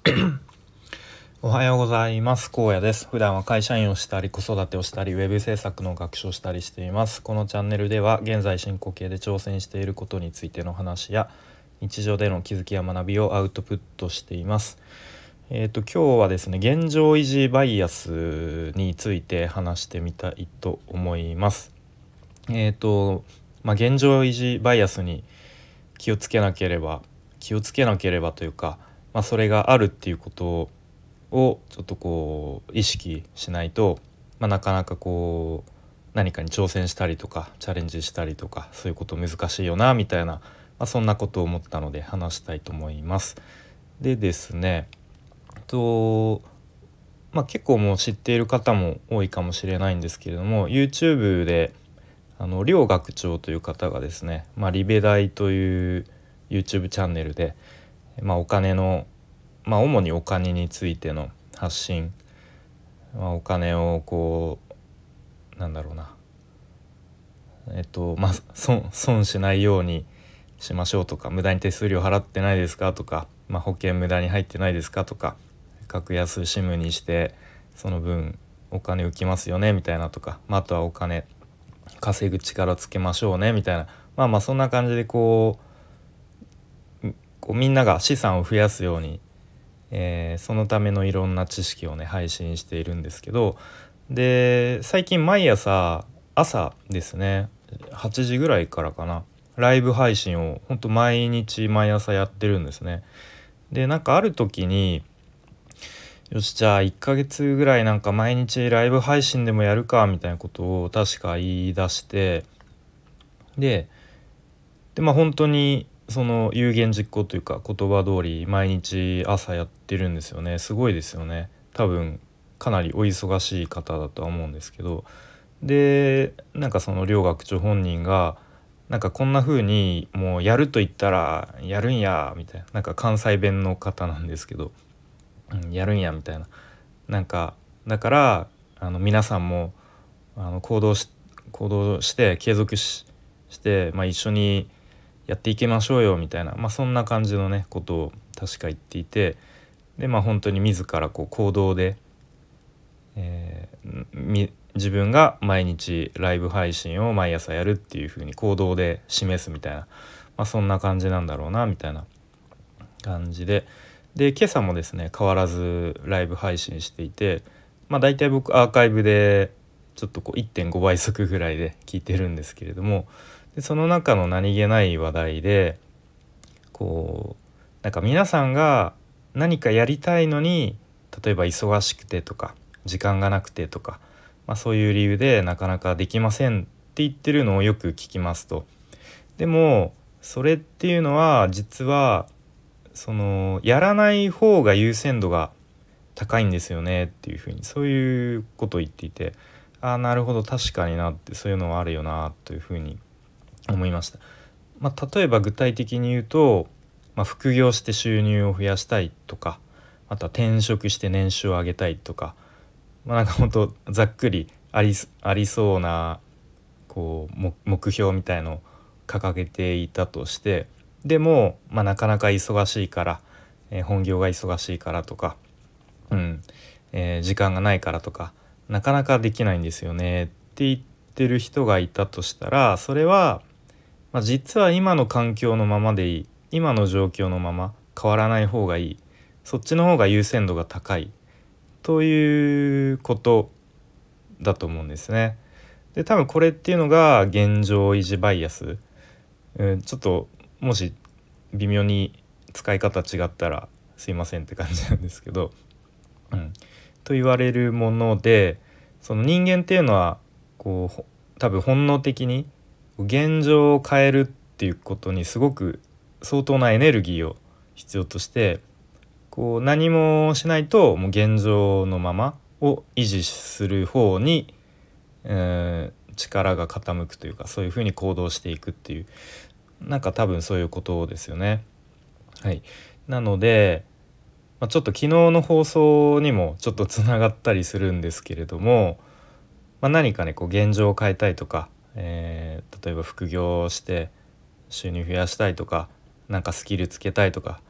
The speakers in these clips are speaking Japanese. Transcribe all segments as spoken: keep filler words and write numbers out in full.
おはようございます。荒野です。普段は会社員をしたり子育てをしたりウェブ制作の学習をしたりしています。このチャンネルでは現在進行形で挑戦していることについての話や日常での気づきや学びをアウトプットしています。えっと今日はですね、現状維持バイアスについて話してみたいと思います。えっとまあ現状維持バイアスに気をつけなければ気をつけなければというか、まあ、それがあるっていうことををちょっとこう意識しないと、まあ、なかなかこう何かに挑戦したりとかチャレンジしたりとかそういうこと難しいよなみたいな、まあ、そんなことを思ったので話したいと思います。でですねと、まあ、結構もう知っている方も多いかもしれないんですけれども YouTube であの両学長という方がですね、まあ、リベ大という YouTube チャンネルで、まあ、お金のまあ主にお金についての発信、まあ、お金をこうなんだろうなえっとまあ損、損しないようにしましょうとか、無駄に手数料払ってないですかとか、まあ、保険無駄に入ってないですかとか、格安 シム にしてその分お金浮きますよねみたいなとか、まあ、あとはお金稼ぐ力つけましょうねみたいな、まあまあそんな感じでこう、こうみんなが資産を増やすように、えーそのためのいろんな知識をね配信しているんですけど、で最近毎朝朝ですねはちじぐらいからかな、ライブ配信をほんと毎日毎朝やってるんですね。でなんかある時によしじゃあいっかげつぐらいなんか毎日ライブ配信でもやるかみたいなことを確か言い出して、ででまあ本当にその有言実行というか言葉通り毎日朝やってるんですよね。すごいですよね。多分かなりお忙しい方だとは思うんですけど、でなんかその両学長本人がなんかこんな風にもうやると言ったらやるんやみたいな、なんか関西弁の方なんですけど、うん、やるんやみたいな、なんかだからあの皆さんもあの行動し行動して継続し、して、まあ、一緒にやっていきましょうよみたいな、まあ、そんな感じのねことを確か言っていて、でまあ本当に自らこう行動で、えーみ自分が毎日ライブ配信を毎朝やるっていう風に行動で示すみたいな、まあ、そんな感じなんだろうなみたいな感じで、で今朝もですね変わらずライブ配信していて、まあ大体僕アーカイブでちょっとこういってんごばい速ぐらいで聞いてるんですけれども、でその中の何気ない話題でこうなんか皆さんが何かやりたいのに例えば忙しくてとか時間がなくてとか、まあ、そういう理由でなかなかできませんって言ってるのをよく聞きますと。でもそれっていうのは実はそのやらない方が優先度が高いんですよねっていうふうにそういうことを言っていて、ああなるほど確かになって、そういうのはあるよなというふうに思いました。まあ、例えば具体的に言うと、まあ、副業して収入を増やしたいとか、あとは転職して年収を上げたいとか、まあ、なんか本当ざっくりあり、ありそうなこう目標みたいのを掲げていたとして、でも、まあ、なかなか忙しいから、えー本業が忙しいからとか、うんえー時間がないからとかなかなかできないんですよねって言ってる人がいたとしたら、それは、まあ、実は今の環境のままでいい、今の状況のまま変わらない方がいい、そっちの方が優先度が高いということだと思うんですね。で多分これっていうのが現状維持バイアス、うん、ちょっともし微妙に使い方違ったらすいませんって感じなんですけど、うん、と言われるもので、その人間っていうのはこう多分本能的に現状を変えるっていうことにすごく相当なエネルギーを必要として、こう何もしないともう現状のままを維持する方に、えー力が傾くというか、そういうふうに行動していくっていう、なんか多分そういうことですよね。はい、なので、まあ、ちょっと昨日の放送にもちょっとつながったりするんですけれども、まあ、何かねこう現状を変えたいとか、えー例えば副業をして収入増やしたいとか、なんかスキルつけたいとか、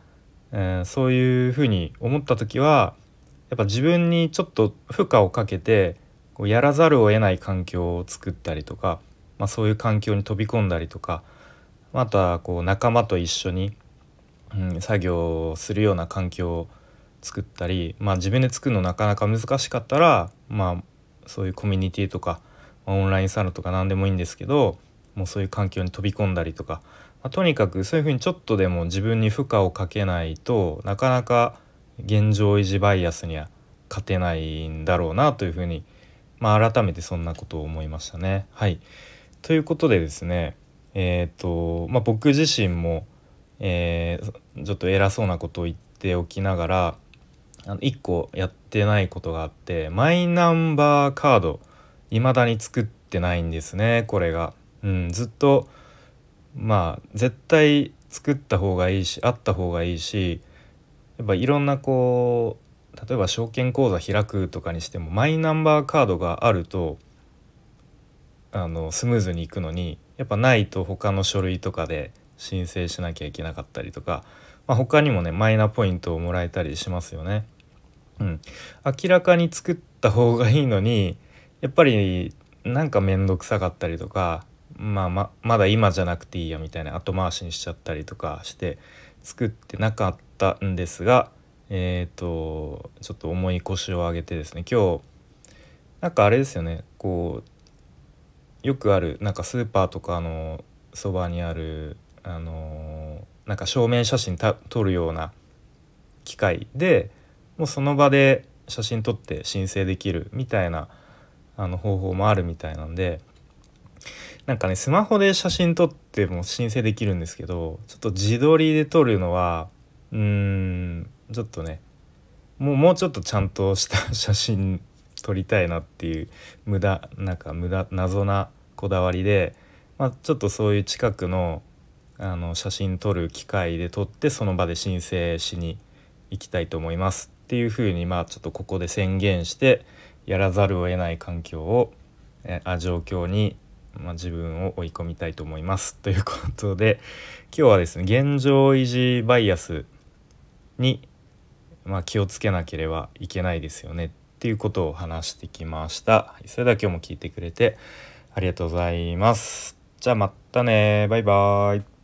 えーそういうふうに思った時はやっぱ自分にちょっと負荷をかけてこうやらざるを得ない環境を作ったりとか、まあ、そういう環境に飛び込んだりとか、またこう仲間と一緒に、うん、作業をするような環境を作ったり、まあ、自分で作るのなかなか難しかったら、まあ、そういうコミュニティとか、まあオンラインサロンとか何でもいいんですけど、もうそういう環境に飛び込んだりとか、まあ、とにかくそういうふうにちょっとでも自分に負荷をかけないとなかなか現状維持バイアスには勝てないんだろうなというふうに、まあ、改めてそんなことを思いましたね。はい、ということでですね、えーとまあ、僕自身も、えーちょっと偉そうなことを言っておきながらあのいっこやってないことがあって、マイナンバーカード未だに作ってないんですね。これが、うん、ずっとまあ絶対作った方がいいしあった方がいいし、やっぱいろんなこう例えば証券口座開くとかにしてもマイナンバーカードがあるとあのスムーズにいくのに、やっぱないと他の書類とかで申請しなきゃいけなかったりとか、まあ、他にもねマイナポイントをもらえたりしますよね。うん、明らかに作った方がいいのにやっぱりなんか面倒くさかったりとか、まあ、ままだ今じゃなくていいやみたいな後回しにしちゃったりとかして作ってなかったんですが、えーとちょっと重い腰を上げてですね、今日なんかあれですよね、こうよくあるなんかスーパーとかのそばにあるあのなんか証明写真た撮るような機械でもうその場で写真撮って申請できるみたいなあの方法もあるみたいなんで、なんかねスマホで写真撮っても申請できるんですけど、ちょっと自撮りで撮るのはうーんちょっとねもうもうちょっとちゃんとした写真撮りたいなっていう無駄なんか無駄謎なこだわりで、まあ、ちょっとそういう近くのあの写真撮る機会で撮ってその場で申請しに行きたいと思いますっていうふうに、まあちょっとここで宣言してやらざるを得ない環境をえあ状況に、まあ、自分を追い込みたいと思いますということで、今日はですね現状維持バイアスに、まあ、気をつけなければいけないですよねっていうことを話してきました。それでは今日も聞いてくれてありがとうございます。じゃあまたね、バイバイ。